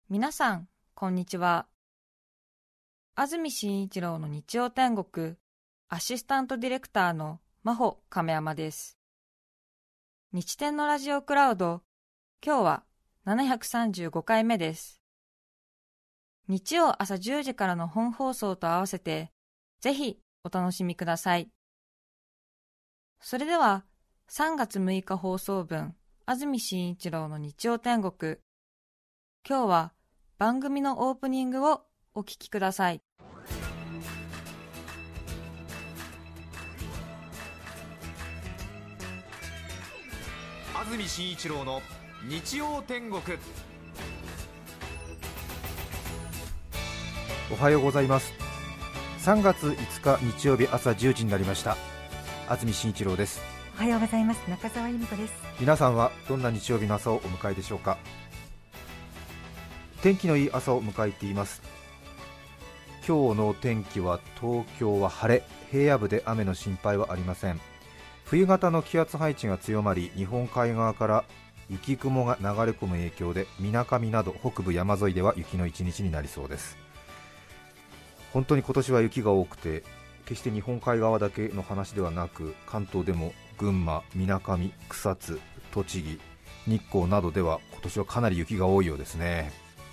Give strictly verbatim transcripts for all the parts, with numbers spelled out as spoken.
皆さんこんにちは。安住紳一郎の日曜天国アシスタントディレクターの真帆亀山です。日天のラジオクラウド、今日はななひゃくさんじゅうごかいめです。日曜朝じゅうじからの本放送と合わせてぜひお楽しみください。それではさんがつむいか放送分、安住紳一郎の日曜天国、今日は番組のオープニングをお聞きください。 安住紳一郎の日曜天国。 おはようございます。さんがついつか日曜日朝じゅうじになりました。安住紳一郎です。 おはようございます。中澤由美子です。 皆さんはどんな日曜日の朝をお迎えでしょうか。天気のいい朝を迎えています。今日の天気は東京は晴れ、平野部で雨の心配はありません。冬型の気圧配置が強まり、日本海側から雪雲が流れ込む影響でみなかみなど北部山沿いでは雪の一日になりそうです。本当に今年は雪が多くて、決して日本海側だけの話ではなく、関東でも群馬、みなかみ、草津、栃木、日光などでは今年はかなり雪が多いようですね。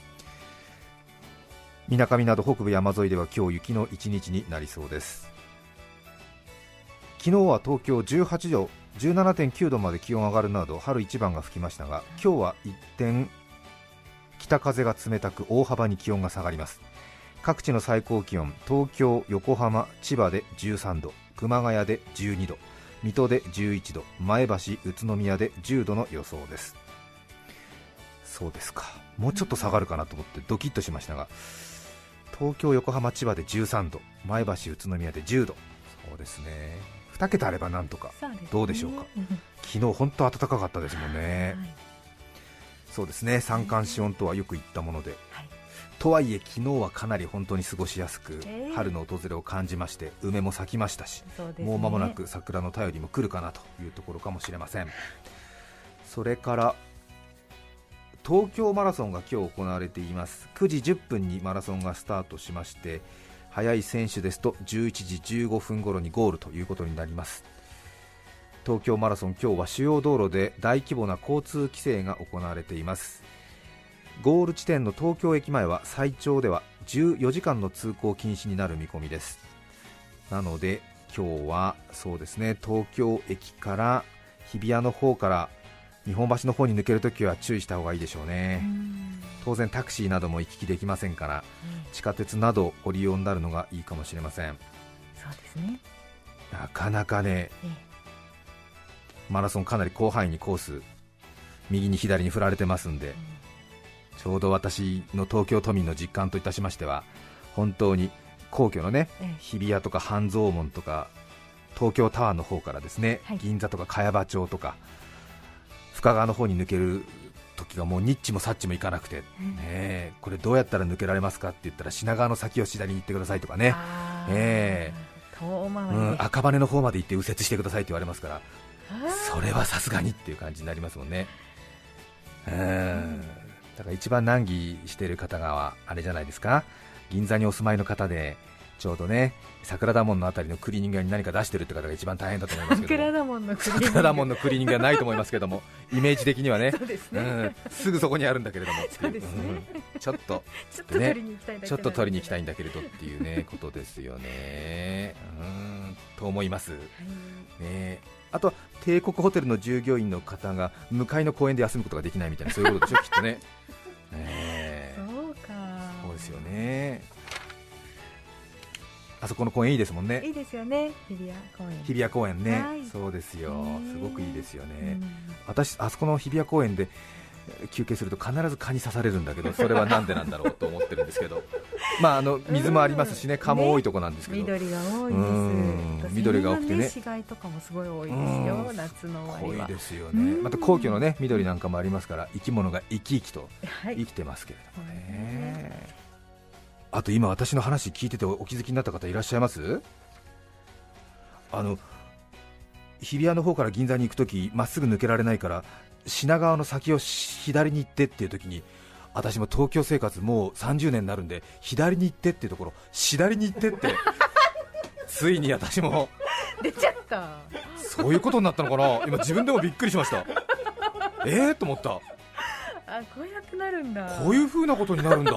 みなかみなど北部山沿いでは今日雪の一日になりそうです。昨日は東京じゅうはちど、じゅうななてんきゅうどまで気温上がるなど春一番が吹きましたが、今日は一転北風が冷たく大幅に気温が下がります。各地の最高気温、東京、横浜、千葉でじゅうさんど、熊谷でじゅうにど、水戸でじゅういちど、前橋、宇都宮でじゅうどの予想です。そうですか、もうちょっと下がるかなと思ってドキッとしましたが、東京、横浜、千葉でじゅうさんど、前橋、宇都宮でじゅうど、そうですね、にけたあればなんとか、ね、どうでしょうか。昨日本当暖かかったですもんね、はい、そうですね、三寒四温とはよく言ったもので、はい、とはいえ昨日はかなり本当に過ごしやすく、えー、春の訪れを感じまして、梅も咲きましたし、ね、もう間もなく桜の便りも来るかなというところかもしれません。それから東京マラソンが今日行われています。くじじゅっぷんにマラソンがスタートしまして、早い選手ですとじゅういちじじゅうごふん頃にゴールということになります。東京マラソン、今日は主要道路で大規模な交通規制が行われています。ゴール地点の東京駅前は最長ではじゅうよじかんの通行禁止になる見込みです。なので今日はそうですね、東京駅から日比谷の方から日本橋の方に抜けるときは注意した方がいいでしょうね。当然タクシーなども行き来できませんから、うん、地下鉄などご利用になるのがいいかもしれません。 そうですね、 なかなかね、ええ、マラソンかなり広範囲にコース右に左に振られてますんで、うん、ちょうど私の東京都民の実感といたしましては、本当に皇居のね、ええ、日比谷とか半蔵門とか東京タワーの方からですね、はい、銀座とか茅場町とか深川の方に抜ける時がもうニッチもサッチもいかなくて、うん、ね、これどうやったら抜けられますかって言ったら、品川の先を左に行ってくださいとかね、えー遠回りで、うん、赤羽の方まで行って右折してくださいって言われますから、それはさすがにっていう感じになりますもんね。うん、だから一番難儀している方があれじゃないですか、銀座にお住まいの方でちょうどね、桜田門のあたりのクリーニング屋に何か出してるって方が一番大変だと思いますけど、 桜田門のクリーニング桜田門のクリーニング屋はないと思いますけども、イメージ的にはね、そうですね、うん、すぐそこにあるんだけれどもっていう、そうですね、うん、ちょっとちょっと取りに行きたいんだけれど、ちょっと取りに行きたいんだけれどっていうねことですよね。うん、と思います、はい、ね。あとは帝国ホテルの従業員の方が向かいの公園で休むことができないみたいな、そういうことでしょきっとね。ね、 そうか、 そうですよね。あそこの公園いいですもんね。 いいですよね、日比谷公園。 日比谷公園ね、 はい、 そうですよ、すごくいいですよね。私あそこの日比谷公園で休憩すると必ず蚊に刺されるんだけど、それはなんでなんだろうと思ってるんですけどまあ、あの水もありますしね、蚊も多いとこなんですけど、 ね、緑が多いです。 緑が多くてね、 市街とかもすごい多いですよ、夏の終わりは。 濃いですよね。また皇居のね緑なんかもありますから、生き物が生き生きと生きてますけれどもね、はい、あと今私の話聞いててお気づきになった方いらっしゃいます？あの日比谷の方から銀座に行くときまっすぐ抜けられないから品川の先を左に行ってっていうときに、 私も東京生活もうさんじゅうねんになるんで、左に行ってっていうところ左に行ってってついに私も出ちゃった。 そういうことになったのかな。今自分でもびっくりしました。えーと思った。 あ、こうやってなるんだ。 こういう風なことになるんだ。い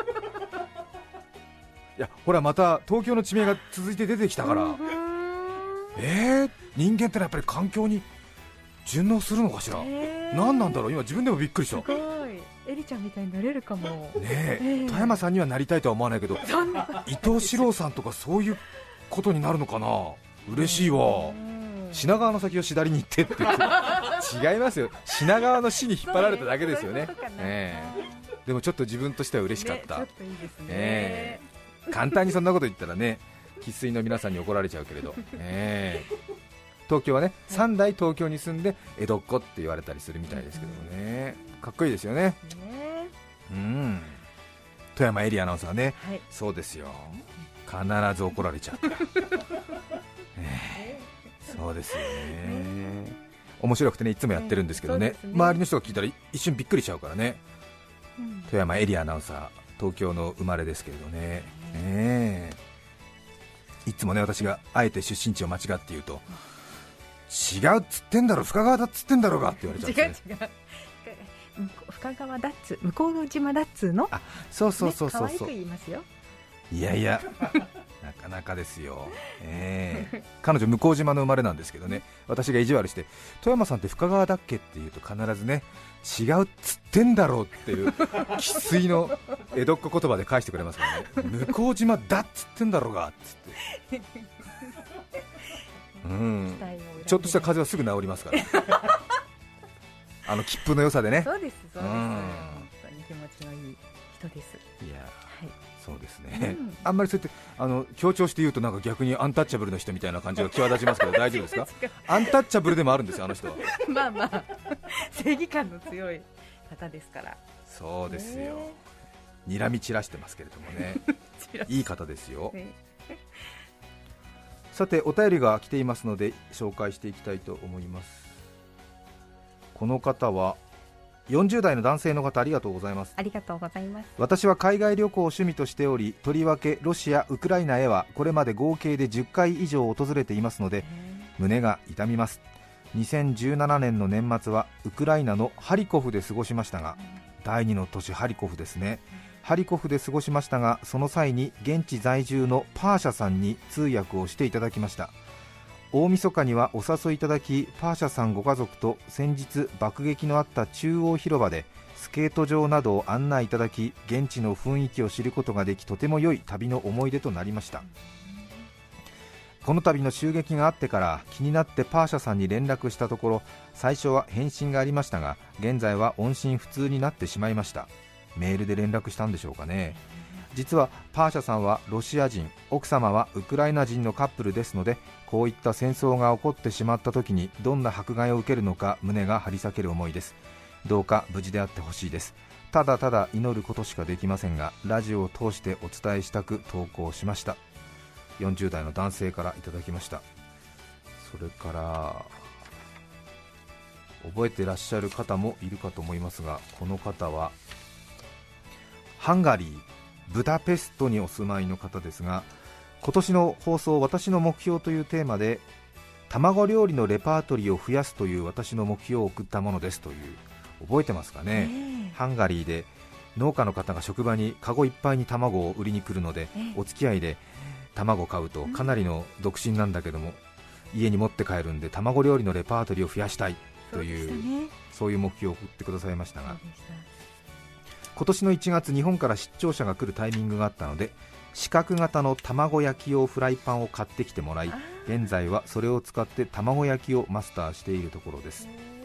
や、ほらまた東京の地名が続いて出てきたから、えー、人間ってのはやっぱり環境に順応するのかしら。何なんだろう、今自分でもびっくりした。 すごい、エリちゃんみたいになれるかもねえ、 えー、 富山さんにはなりたいとは思わないけど、伊藤四郎さんとかそういうことになるのかな。嬉しいわ。品川の先を左に行ってって言って違いますよ、品川の市に引っ張られただけですよね。えー、でもちょっと自分としては嬉しかった、 ね、ちょっといいですね、 えー、簡単にそんなこと言ったらね、生粋の皆さんに怒られちゃうけれど、えー、東京はね、さん代東京に住んで江戸っ子って言われたりするみたいですけどもね、かっこいいですよね。 ね、 うん、富山エリアアナウンサーね、 はい、 そうですよ、必ず怒られちゃうから、えー、そうですよね。面白くてね、いつもやってるんですけど ね, ね周りの人が聞いたら一瞬びっくりしちゃうからね、うん、富山エリアアナウンサー、東京の生まれですけれどね、ねいつもね、私があえて出身地を間違って言うと、違うっつってんだろ、深川だっつってんだろうがって言われちゃうんですね。違う違う、 深川だっつ、向島だっつの、 あ、そうそうそうそうそう、 ね、可愛く言いますよ。 いやいやなかなかですよ、えー、彼女向島の生まれなんですけどね、私が意地悪して富山さんって深川だっけって言うと必ずね、違うっつってんだろうっていう生粋の江戸っ子言葉で返してくれますからね向島だっつってんだろうがっつってうん、ちょっとした風邪はすぐ治りますからあの切符の良さでね。 そうですそうです、本当に気持ちのいい人です。 いや、 はい、 そうですね、うん、あんまりそうやってあの強調して言うとなんか逆にアンタッチャブルの人みたいな感じが際立ちますけど大丈夫ですかアンタッチャブルでもあるんですよ、あの人は。まあまあ正義感の強い方ですから。 そうですよ、睨み散らしてますけれどもねいい方ですよ、ね、さてお便りが来ていますので紹介していきたいと思います。この方はよんじゅう代の男性の方、ありがとうございます。 ありがとうございます。 私は海外旅行を趣味としており、とりわけロシア、ウクライナへはこれまで合計でじゅっかい以上訪れていますので胸が痛みます。にせんじゅうななねんの年末はウクライナのハリコフで過ごしましたが、第二の都市ハリコフですね。ハリコフで過ごしましたが、その際に現地在住のパーシャさんに通訳をしていただきました。大晦日にはお誘いいただき、パーシャさんご家族と先日爆撃のあった中央広場でスケート場などを案内いただき、現地の雰囲気を知ることができ、とても良い旅の思い出となりました。この度の襲撃があってから気になってパーシャさんに連絡したところ、最初は返信がありましたが、現在は音信不通になってしまいました。メールで連絡したんでしょうかね。実はパーシャさんはロシア人、奥様はウクライナ人のカップルですので、こういった戦争が起こってしまった時にどんな迫害を受けるのか胸が張り裂ける思いです。どうか無事であってほしいです。ただただ祈ることしかできませんが、ラジオを通してお伝えしたく投稿しました。よんじゅう代の男性からいただきました。それから覚えていらっしゃる方もいるかと思いますが、この方はハンガリーブダペストにお住まいの方ですが、今年の放送、私の目標というテーマで卵料理のレパートリーを増やすという私の目標を送ったものですという、覚えてますかね、えー、ハンガリーで農家の方が職場にカゴいっぱいに卵を売りに来るので、えー、お付き合いで卵を買うとかなりの独身なんだけども、うん、家に持って帰るんで卵料理のレパートリーを増やしたいという、 そうでしたね、そういう目標を送ってくださいましたが、今年のいちがつ、日本から出張者が来るタイミングがあったので、四角型の卵焼き用フライパンを買ってきてもらい、現在はそれを使って卵焼きをマスターしているところです。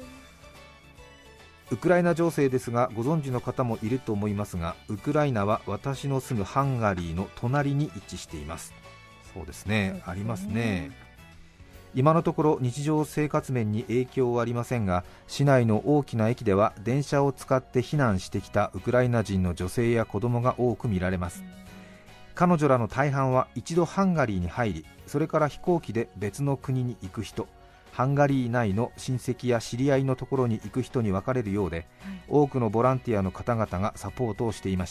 ウクライナ情勢ですが、ご存知の方もいると思いますが、ウクライナは私の住むハンガリーの隣に位置しています。そうですね、そうですね、ありますね。今のところ日常生活面に影響はありませんが、市内の大きな駅では電車を使って避難してきたウクライナ人の女性や子供が多く見られます。彼女らの大半は一度ハンガリーに入り、それから飛行機で別の国に行く人、 ハンガリー内の親戚や知り合いのところに行く人に分かれるようで、はい、多くのボランティアの方々がサポートをしていました。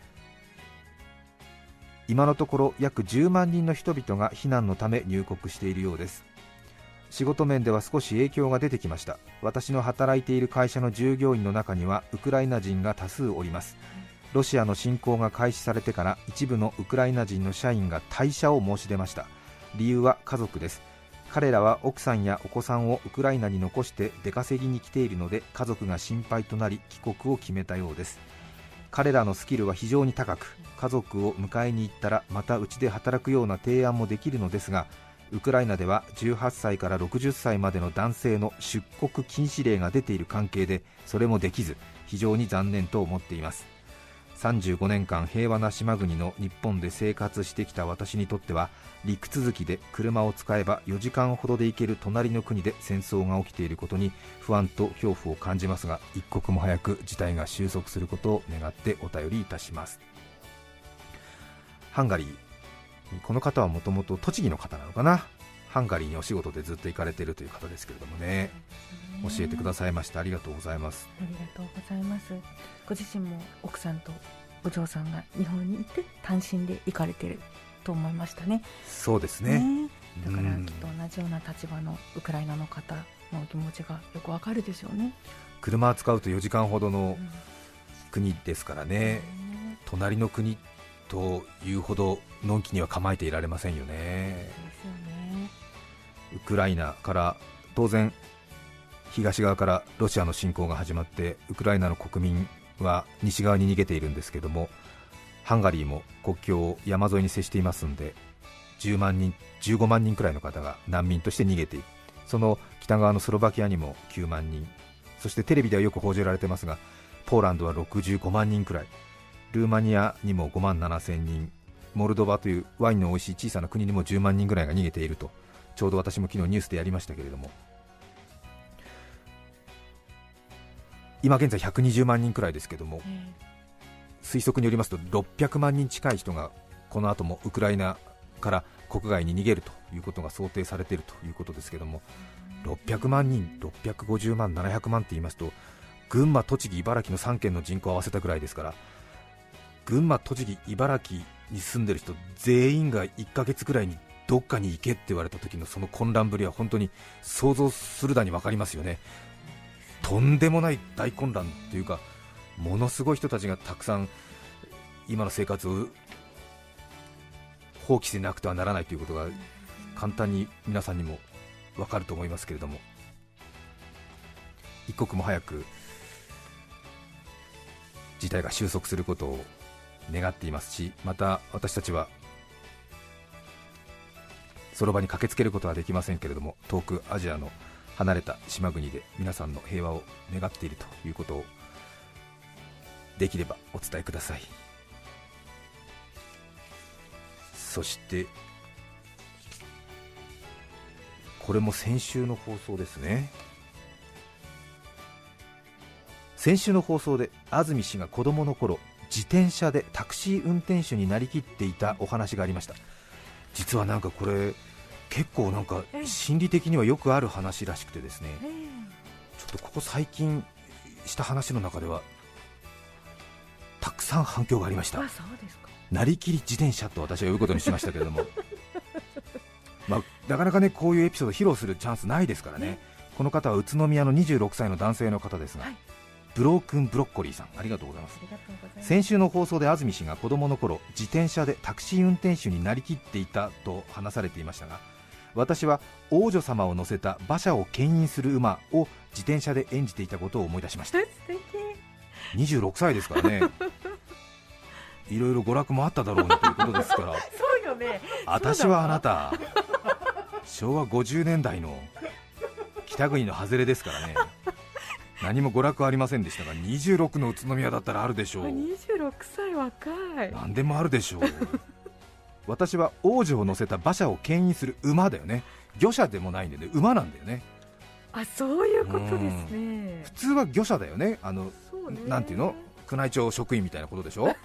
今のところ約じゅうまんにんの人々が避難のため入国しているようです。仕事面では少し影響が出てきました。私の働いている会社の従業員の中にはウクライナ人が多数おります。ロシアの侵攻が開始されてから一部のウクライナ人の社員が退社を申し出ました。理由は家族です。彼らは奥さんやお子さんをウクライナに残して出稼ぎに来ているので、家族が心配となり帰国を決めたようです。彼らのスキルは非常に高く、家族を迎えに行ったらまたうちで働くような提案もできるのですが、ウクライナではじゅうはっさいからろくじゅっさいまでの男性の出国禁止令が出ている関係で、それもできず非常に残念と思っています。さんじゅうごねんかん平和な島国の日本で生活してきた私にとっては、陸続きで車を使えばよじかんほどで行ける隣の国で戦争が起きていることに不安と恐怖を感じますが、一刻も早く事態が収束することを願ってお便りいたします。ハンガリー、この方はもともと栃木の方なのかな。ハンガリーにお仕事でずっと行かれているという方ですけれどもね、教えてくださいましてありがとうございます。 ありがとうございます。ご自身も奥さんとお嬢さんが日本に行って単身で行かれていると思いましたね。 そうですね、 ね、だからきっと同じような立場のウクライナの方のお気持ちがよくわかるでしょうね。 車を使うとよじかんほどの国ですからね、うん、隣の国というほどのんきには構えていられませんよね。 ですよね。 ウクライナから当然東側からロシアの侵攻が始まって、ウクライナの国民は西側に逃げているんですけども、ハンガリーも国境を山沿いに接していますので、じゅうまんにんじゅうごまんにんくらいの方が難民として逃げている。その北側のスロバキアにもきゅうまんにん、そしてテレビではよく報じられていますが、ポーランドはろくじゅうごまんにんくらい、ルーマニアにもごまんななせんにん、モルドバというワインの美味しい小さな国にもじゅうまんにんくらいが逃げていると、ちょうど私も昨日ニュースでやりましたけれども、今現在ひゃくにじゅうまんにんくらいですけども、推測によりますとろっぴゃくまんにん近い人がこの後もウクライナから国外に逃げるということが想定されているということですけども、ろっぴゃくまんにん、ろっぴゃくごじゅうまん、ななひゃくまんって言いますと、群馬、栃木、茨城のさんけんの人口を合わせたくらいですから、群馬、栃木、茨城に住んでる人全員がいっかげつくらいにどっかに行けって言われた時のその混乱ぶりは本当に想像するだに分かりますよね。とんでもない大混乱というか、ものすごい人たちがたくさん今の生活を放棄しなくてはならないということが簡単に皆さんにも分かると思いますけれども、一刻も早く事態が収束することを願っていますし、また私たちはその場に駆けつけることはできませんけれども、遠くアジアの離れた島国で皆さんの平和を願っているということをできればお伝えください。そしてこれも先週の放送ですね。先週の放送で安住氏が子供の頃自転車でタクシー運転手になりきっていたお話がありました。実はなんかこれ結構なんか心理的にはよくある話らしくてですね、ちょっとここ最近した話の中ではたくさん反響がありました。 あ、そうですか。 なりきり自転車と私は呼ぶことにしましたけれどもまあ、なかなかねこういうエピソードを披露するチャンスないですからね。この方は宇都宮のにじゅうろくさいの男性の方ですが、はい、ブロークンブロッコリーさん、ありがとうございます。先週の放送で安住氏が子供の頃自転車でタクシー運転手になりきっていたと話されていましたが、私は王女様を乗せた馬車を牽引する馬を自転車で演じていたことを思い出しました。 素敵。 にじゅうろくさいですからねいろいろ娯楽もあっただろうねということですからそうよね。 私はあなたしょうわごじゅうねんだいの北国の外れですからね何も娯楽ありませんでしたが、にじゅうろくの宇都宮だったらあるでしょう。 にじゅうろくさい若い。 何でもあるでしょう私は王女を乗せた馬車を牽引する馬だよね。御車でもないんでね、馬なんだよね。 あ、そういうことですね。 普通は御車だよね。あの、ね、なんていうの、宮内庁職員みたいなことでしょ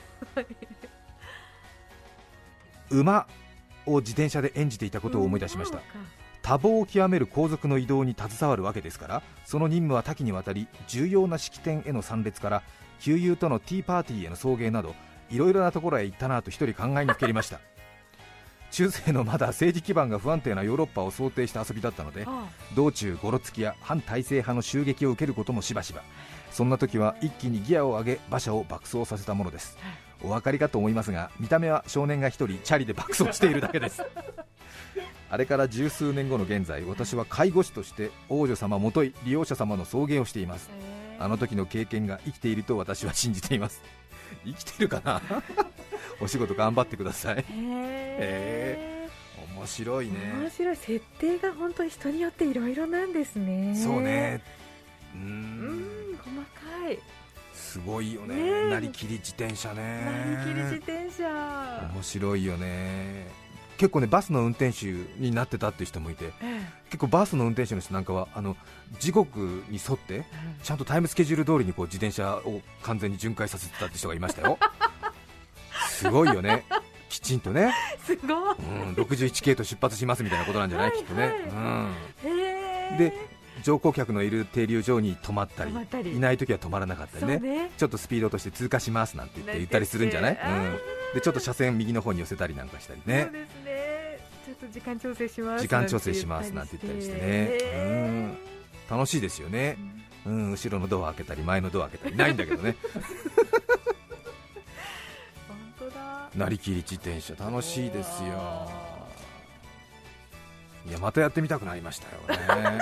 馬を自転車で演じていたことを思い出しました。 多忙を極める皇族の移動に携わるわけですから、その任務は多岐にわたり、重要な式典への参列から旧友とのティーパーティーへの送迎など、いろいろなところへ行ったなと一人考えにふけりました。中世のまだ政治基盤が不安定なヨーロッパを想定した遊びだったので、道中ゴロつきや反体制派の襲撃を受けることもしばしば。そんな時は一気にギアを上げ馬車を爆走させたものです。お分かりかと思いますが、見た目は少年が一人チャリで爆走しているだけです。あれから十数年後の現在、私は介護士として王女様もとい利用者様の送迎をしています。あの時の経験が生きていると私は信じています。生きてるかなお仕事頑張ってください。へえ、面白いね。 面白い。設定が本当に人によっていろいろなんですね。 そうね。うーん、 うん細かい。 すごいよね。なりきり自転車ね。 なりきり自転車面白いよね。結構ね、バスの運転手になってたっていう人もいて、結構バスの運転手の人なんかはあの時刻に沿ってちゃんとタイムスケジュール通りにこう自転車を完全に巡回させてたって人がいましたよ。すごいよね。きちんとね。 すごい、 うん、ろくじゅういち系と出発しますみたいなことなんじゃない、はい、きっとね、はい、うん、へで乗降客のいる停留所に止まったり、ったりいないときは止まらなかったり ね, ねちょっとスピードとして通過しますなんて言って言ったりするんじゃない、うん、でちょっと車線右の方に寄せたりなんかしたりね。 そうですね。ちょっと時間調整します時間調整しますなんて言ったりしてね、うん、楽しいですよね、うん、後ろのドア開けたり前のドア開けたりないんだけどね。 本当だ。 なりきり自転車楽しいですよ。いやまたやってみたくなりましたよね。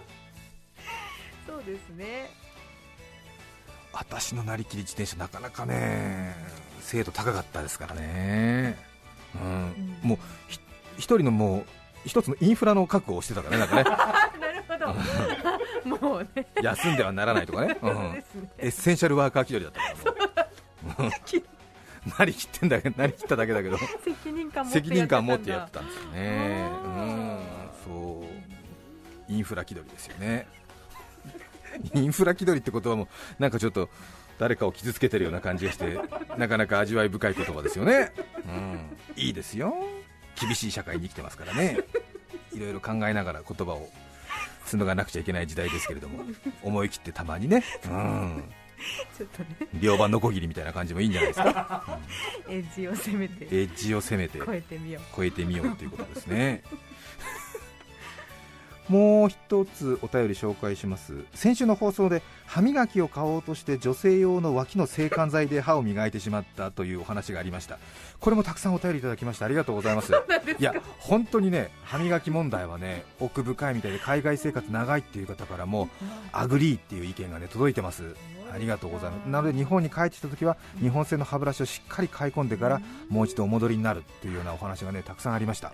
そうですね。 私のなりきり自転車なかなかね精度高かったですからね、うんうん、もう一人のもう一つのインフラの確保をしてたからね、なんかね。 なるほど。もうね休んではならないとか ね, うん、ねエッセンシャルワーカー気取りだったからもうなりきってんだけど、なりきっただけだけど責任感持ってやってたんですよね。うん、そうインフラ気取りですよね。インフラ気取りって言葉もなんかちょっと誰かを傷つけてるような感じがしてなかなか味わい深い言葉ですよね、うん、いいですよ。厳しい社会に生きてますからね。いろいろ考えながら言葉を紡がなくちゃいけない時代ですけれども、思い切ってたまにね、うん、ちょっとね両番のこぎりみたいな感じもいいんじゃないですか、 うん、エッジを攻めてエッジを攻めて超えてみよう超えてみようということですね。もう一つお便り紹介します。先週の放送で歯磨きを買おうとして女性用の脇の制汗剤で歯を磨いてしまったというお話がありました。これもたくさんお便りいただきましてありがとうございます。いや本当にね、歯磨き問題はね奥深いみたいで、海外生活長いっていう方からもアグリーっていう意見がね届いてます。ありがとうございます。なので日本に帰ってきたときは日本製の歯ブラシをしっかり買い込んでからもう一度お戻りになるというようなお話がねたくさんありました。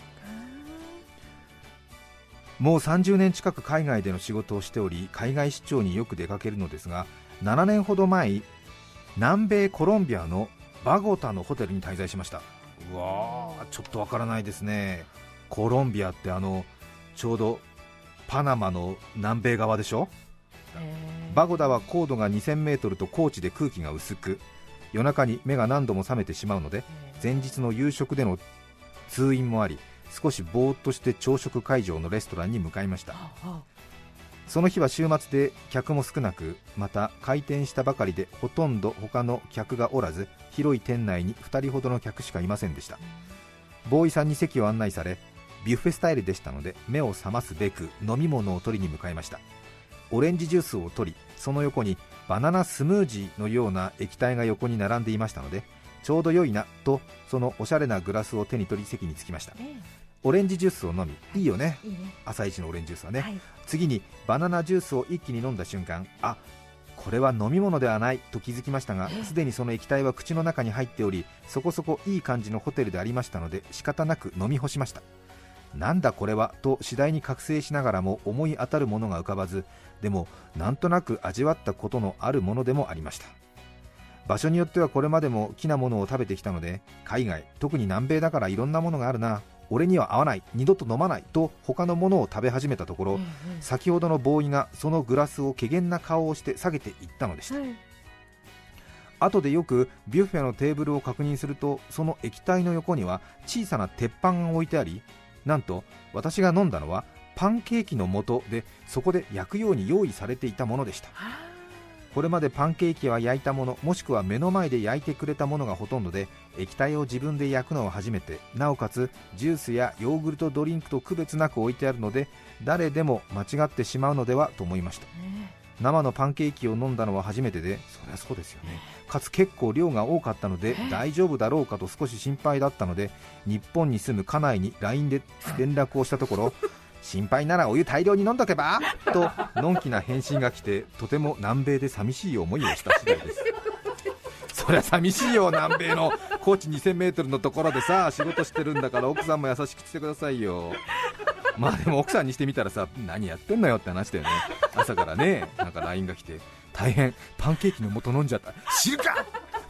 もうさんじゅうねん近く海外での仕事をしており、海外出張によく出かけるのですが、ななねんほど前南米コロンビアのバゴタのホテルに滞在しました。うわー、ちょっとわからないですね。コロンビアってあのちょうどパナマの南米側でしょ。バゴダは高度がにせんメートルと高地で空気が薄く、夜中に目が何度も覚めてしまうので、前日の夕食での通院もあり、少しぼーっとして朝食会場のレストランに向かいました。その日は週末で客も少なく、また開店したばかりでほとんど他の客がおらず、広い店内にふたりほどの客しかいませんでした。ボーイさんに席を案内され、ビュッフェスタイルでしたので目を覚ますべく飲み物を取りに向かいました。オレンジジュースを取り、その横にバナナスムージーのような液体が横に並んでいましたので、ちょうど良いなとそのおしゃれなグラスを手に取り席に着きました。オレンジジュースを飲み、いいよね、いいね、朝一のオレンジジュースはね、はい、次にバナナジュースを一気に飲んだ瞬間、あ、これは飲み物ではないと気づきましたが、すでにその液体は口の中に入っており、そこそこいい感じのホテルでありましたので仕方なく飲み干しました。なんだこれはと次第に覚醒しながらも思い当たるものが浮かばず、でもなんとなく味わったことのあるものでもありました。場所によってはこれまでも奇なものを食べてきたので、海外、特に南米だからいろんなものがあるな、俺には合わない、二度と飲まないと他のものを食べ始めたところ、うんうん、先ほどのボーイがそのグラスを怪げな顔をして下げていったのでした、はい、後でよくビュッフェのテーブルを確認すると、その液体の横には小さな鉄板が置いてあり、 なんと私が飲んだのはパンケーキの素で、そこで焼くように用意されていたものでした。これまでパンケーキは焼いたもの、もしくは目の前で焼いてくれたものがほとんどで、液体を自分で焼くのは初めて、なおかつジュースやヨーグルトドリンクと区別なく置いてあるので、誰でも間違ってしまうのではと思いました。生のパンケーキを飲んだのは初めてで、そりゃそうですよね。かつ結構量が多かったので大丈夫だろうかと少し心配だったので、日本に住む家内に ライン で連絡をしたところ心配ならお湯大量に飲んどけばとのんきな返信が来て、とても南米で寂しい思いをした次第です。そりゃ寂しいよ、南米の高地にせんメートルのところでさ仕事してるんだから、奥さんも優しくしてくださいよ。まあでも奥さんにしてみたらさ、何やってんのよって話だよね。朝からね、なんか ライン が来て、大変パンケーキの素飲んじゃった、知るか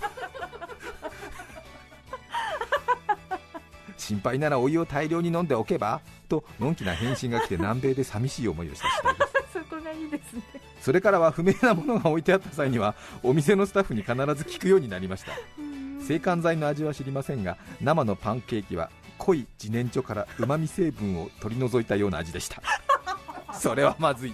心配ならお湯を大量に飲んでおけばとのんきな返信が来て、南米で寂しい思いをした次第です。 そこがいいですね。 それからは不明なものが置いてあった際にはお店のスタッフに必ず聞くようになりました。制汗剤の味は知りませんが、生のパンケーキは濃い自然薯からうまみ成分を取り除いたような味でした。それはまずい。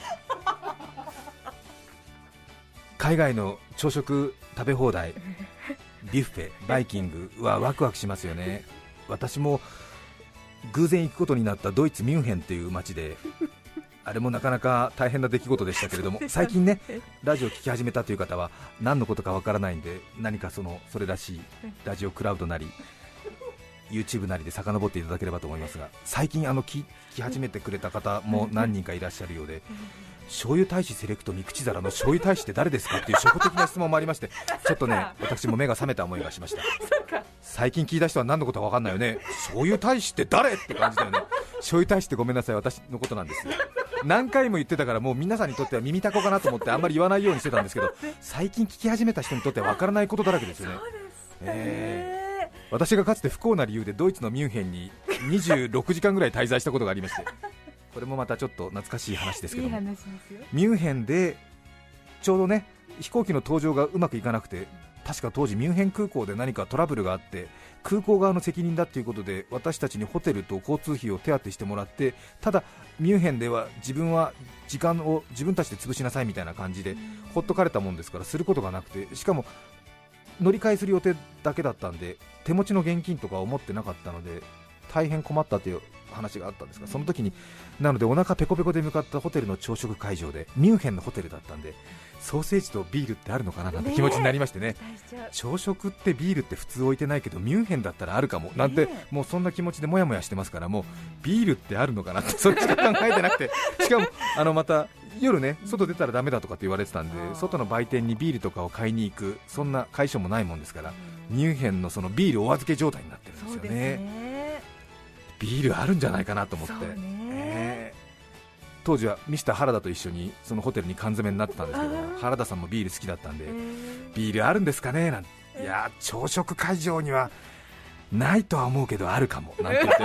海外の朝食食べ放題、ビュッフェ、バイキングはワクワクしますよね。私も偶然行くことになったドイツミュンヘンという街で、あれもなかなか大変な出来事でしたけれども、最近ねラジオ聞き始めたという方は何のことかわからないんで、何かそのそれらしいラジオクラウドなり YouTube なりで遡っていただければと思いますが、最近あの聞き始めてくれた方も何人かいらっしゃるようで、醤油大使セレクト三口皿の醤油大使って誰ですかっていう初歩的な質問もありまして、ちょっとね私も目が覚めた思いがしました。最近聞いた人は何のことか分かんないよね。醤油大使って誰って感じだよね。醤油大使ってごめんなさい、私のことなんです。何回も言ってたから、もう皆さんにとっては耳たこかなと思ってあんまり言わないようにしてたんですけど、最近聞き始めた人にとっては分からないことだらけですよね。 そうですね、 えー、私がかつて不幸な理由でドイツのミュンヘンににじゅうろくじかんぐらい滞在したことがありまして、これもまたちょっと懐かしい話ですけども、 いい話ですよ。 ミュンヘンでちょうどね飛行機の搭乗がうまくいかなくて、確か当時ミュンヘン空港で何かトラブルがあって、空港側の責任だということで私たちにホテルと交通費を手当てしてもらって、ただミュンヘンでは自分は時間を自分たちで潰しなさいみたいな感じでほっとかれたもんですから、することがなくて、しかも乗り換えする予定だけだったんで手持ちの現金とかを持ってなかったので大変困ったという話があったんですが、その時になのでお腹ペコペコで向かったホテルの朝食会場で、ミュンヘンのホテルだったんで、ソーセージとビールってあるのかななんて気持ちになりましてね、朝食ってビールって普通置いてないけどミュンヘンだったらあるかもなんて、もうそんな気持ちでもやもやしてますから、もうビールってあるのかなってそっちしか考えてなくて、しかもあのまた夜ね外出たらダメだとかって言われてたんで、外の売店にビールとかを買いに行くそんな会所もないもんですから、ミュンヘンのそのビールお預け状態になってるんですよね。ビールあるんじゃないかなと思って、えー、当時はミスター原田と一緒にそのホテルに缶詰になってたんですけど、原田さんもビール好きだったんで、ビールあるんですかねなんて、いや朝食会場にはないとは思うけどあるかもなんて言って、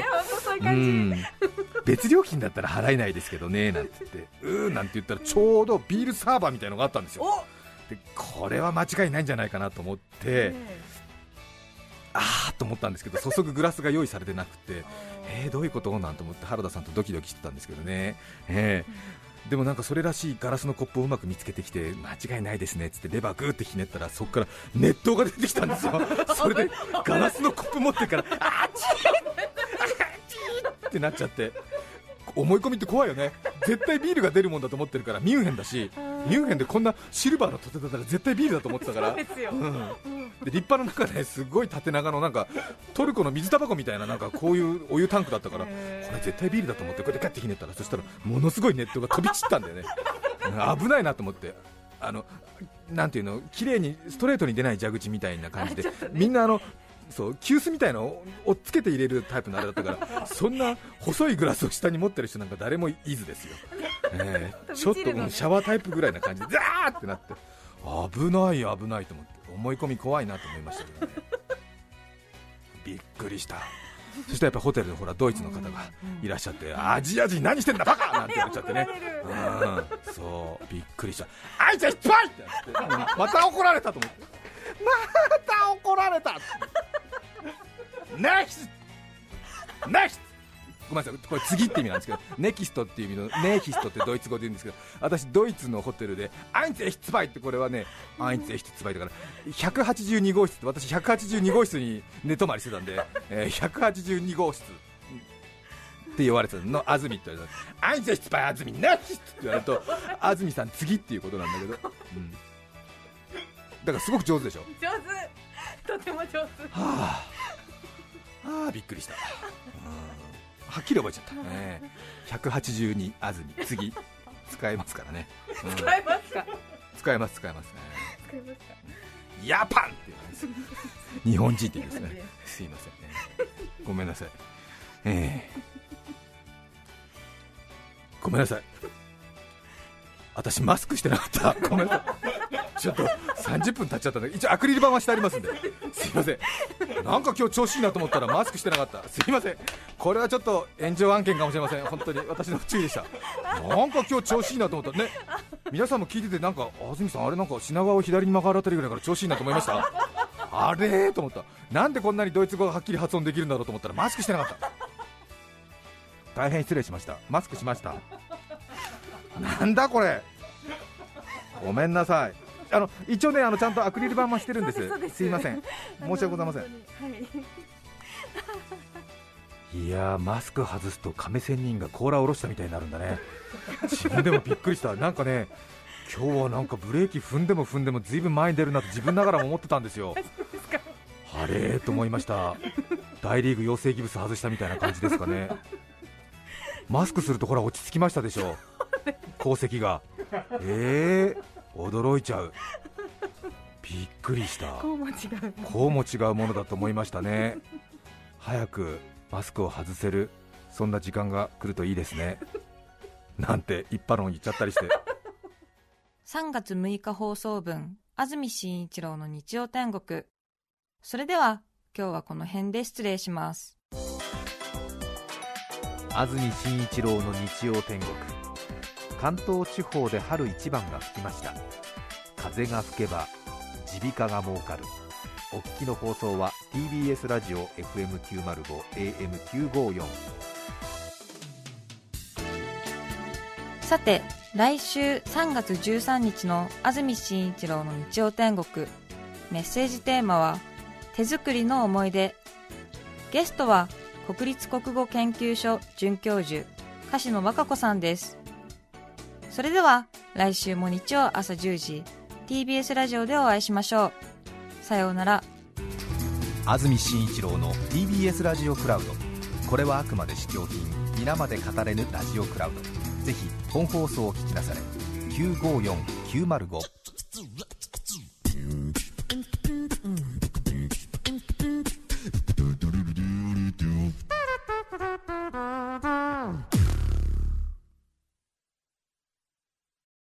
うん、別料金だったら払えないですけどねなんて言って、うーなんて言ったらちょうどビールサーバーみたいのがあったんですよ。でこれは間違いないんじゃないかなと思って、あーと思ったんですけど、注ぐグラスが用意されてなくて、えー、どういうことなんて思って原田さんとドキドキしてたんですけどね、えー、でもなんかそれらしいガラスのコップをうまく見つけてきて、間違いないですねっつってレバーグーってひねったら、そこから熱湯が出てきたんですよ。それでガラスのコップ持ってからあーちーあーちーってなっちゃって、思い込みって怖いよね。絶対ビールが出るもんだと思ってるから、ミュンヘンだし、ミュンヘンでこんなシルバーの取ってたら絶対ビールだと思ってたから、うん、で立派な中ですごい縦長のなんかトルコの水タバコみたいな、なんかこういうお湯タンクだったから、これ絶対ビールだと思ってこうやってガッてひねったら、そしたらものすごい熱湯が飛び散ったんだよね。危ないなと思って、あのなんていうの、綺麗にストレートに出ない蛇口みたいな感じで、みんなあのそう急須みたいなのをつけて入れるタイプのあれだったから、そんな細いグラスを下に持ってる人なんか誰もいずですよ、えー、ちょっと、うん、シャワータイプぐらいな感じでザーってなって、危ない危ないと思って、思い込み怖いなと思いましたけどね。びっくりした。そしてやっぱホテルのほらドイツの方がいらっしゃって、アジア人何してんだバカなんて言われちゃってね、うん、そうびっくりした。あいつは失敗ってなって、うん、また怒られたと思って、また怒られた。ネクストネクストごめんなさい、これ次って意味なんですけど、ネキストっていう意味のネーヒストってドイツ語で言うんですけど、私ドイツのホテルでアインツエヒツバイって、これはねアインツエヒツバイだからひゃくはちじゅうに号室って、私ひゃくはちじゅうに号室に寝泊まりしてたんで、えー、ひゃくはちじゅうに号室って言われてたの、安住って言われた、アインツエヒツバイ安住ネキストって言われると、安住さん次っていうことなんだけど、うん、だからすごく上手でしょ。 上手、とても上手。はあ、はあ、びっくりした、うん、はっきり覚えちゃった、ね、ひゃくはちじゅうに安住次使えますからね、うん、 使えますか。 使えます使えますね。 使えますか。 ヤパンって言うんです日本人って言うんですね。すいませんね、ごめんなさい、えー、ごめんなさい、私マスクしてなかった、ごめんなさい、ちょっとさんじゅっぷん経っちゃったんで、一応アクリル板はしてありますんで、すいません、なんか今日調子いいなと思ったらマスクしてなかった、すいません、これはちょっと炎上案件かもしれません、本当に私の不注意でした。なんか今日調子いいなと思ったらね、皆さんも聞いてて、なんか安住さんあれ、なんか品川を左に曲がるあたりぐらいから調子いいなと思いました。あれと思った、なんでこんなにドイツ語がはっきり発音できるんだろうと思ったらマスクしてなかった、大変失礼しました、マスクしました、なんだこれ、ごめんなさい、あの一応ね、あのちゃんとアクリル板もしてるんです、す, ですすいません、申し訳ございません。はい、いやー、マスク外すと亀仙人が甲羅を下ろしたみたいになるんだね、自分でもびっくりした、なんかね、今日はなんかブレーキ踏んでも踏んでもずいぶん前に出るなと自分ながらも思ってたんですよ。あれーと思いました、大リーグ養成ギブス外したみたいな感じですかね。マスクするとほら落ち着きましたでしょ、功績が、えー、驚いちゃう、びっくりした、 こうも違う、 こうも違うものだと思いましたね。早くマスクを外せる、そんな時間が来るといいですねなんて一般論言っちゃったりしてさんがつむいか放送分、安住紳一郎の日曜天国。それでは今日はこの辺で失礼します。 安住紳一郎の日曜天国、関東地方で春一番が吹きました。風が吹けば耳鼻科が儲かる。お聞きの放送は ティービーエス ラジオ エフエムきゅうまるご エーエムきゅうごよん。 さて、来週さんがつじゅうさんにちの安住紳一郎の日曜天国、メッセージテーマは手作りの思い出。ゲストは国立国語研究所准教授、樫野和歌子さんです。それでは来週も日曜朝じゅうじ ティービーエス ラジオでお会いしましょう。さようなら。 安住紳一郎の ティービーエス ラジオクラウド、これはあくまで試供品、皆まで語れぬラジオクラウド。ぜひ本放送を聞きなされ。きゅうごよんきゅうまるご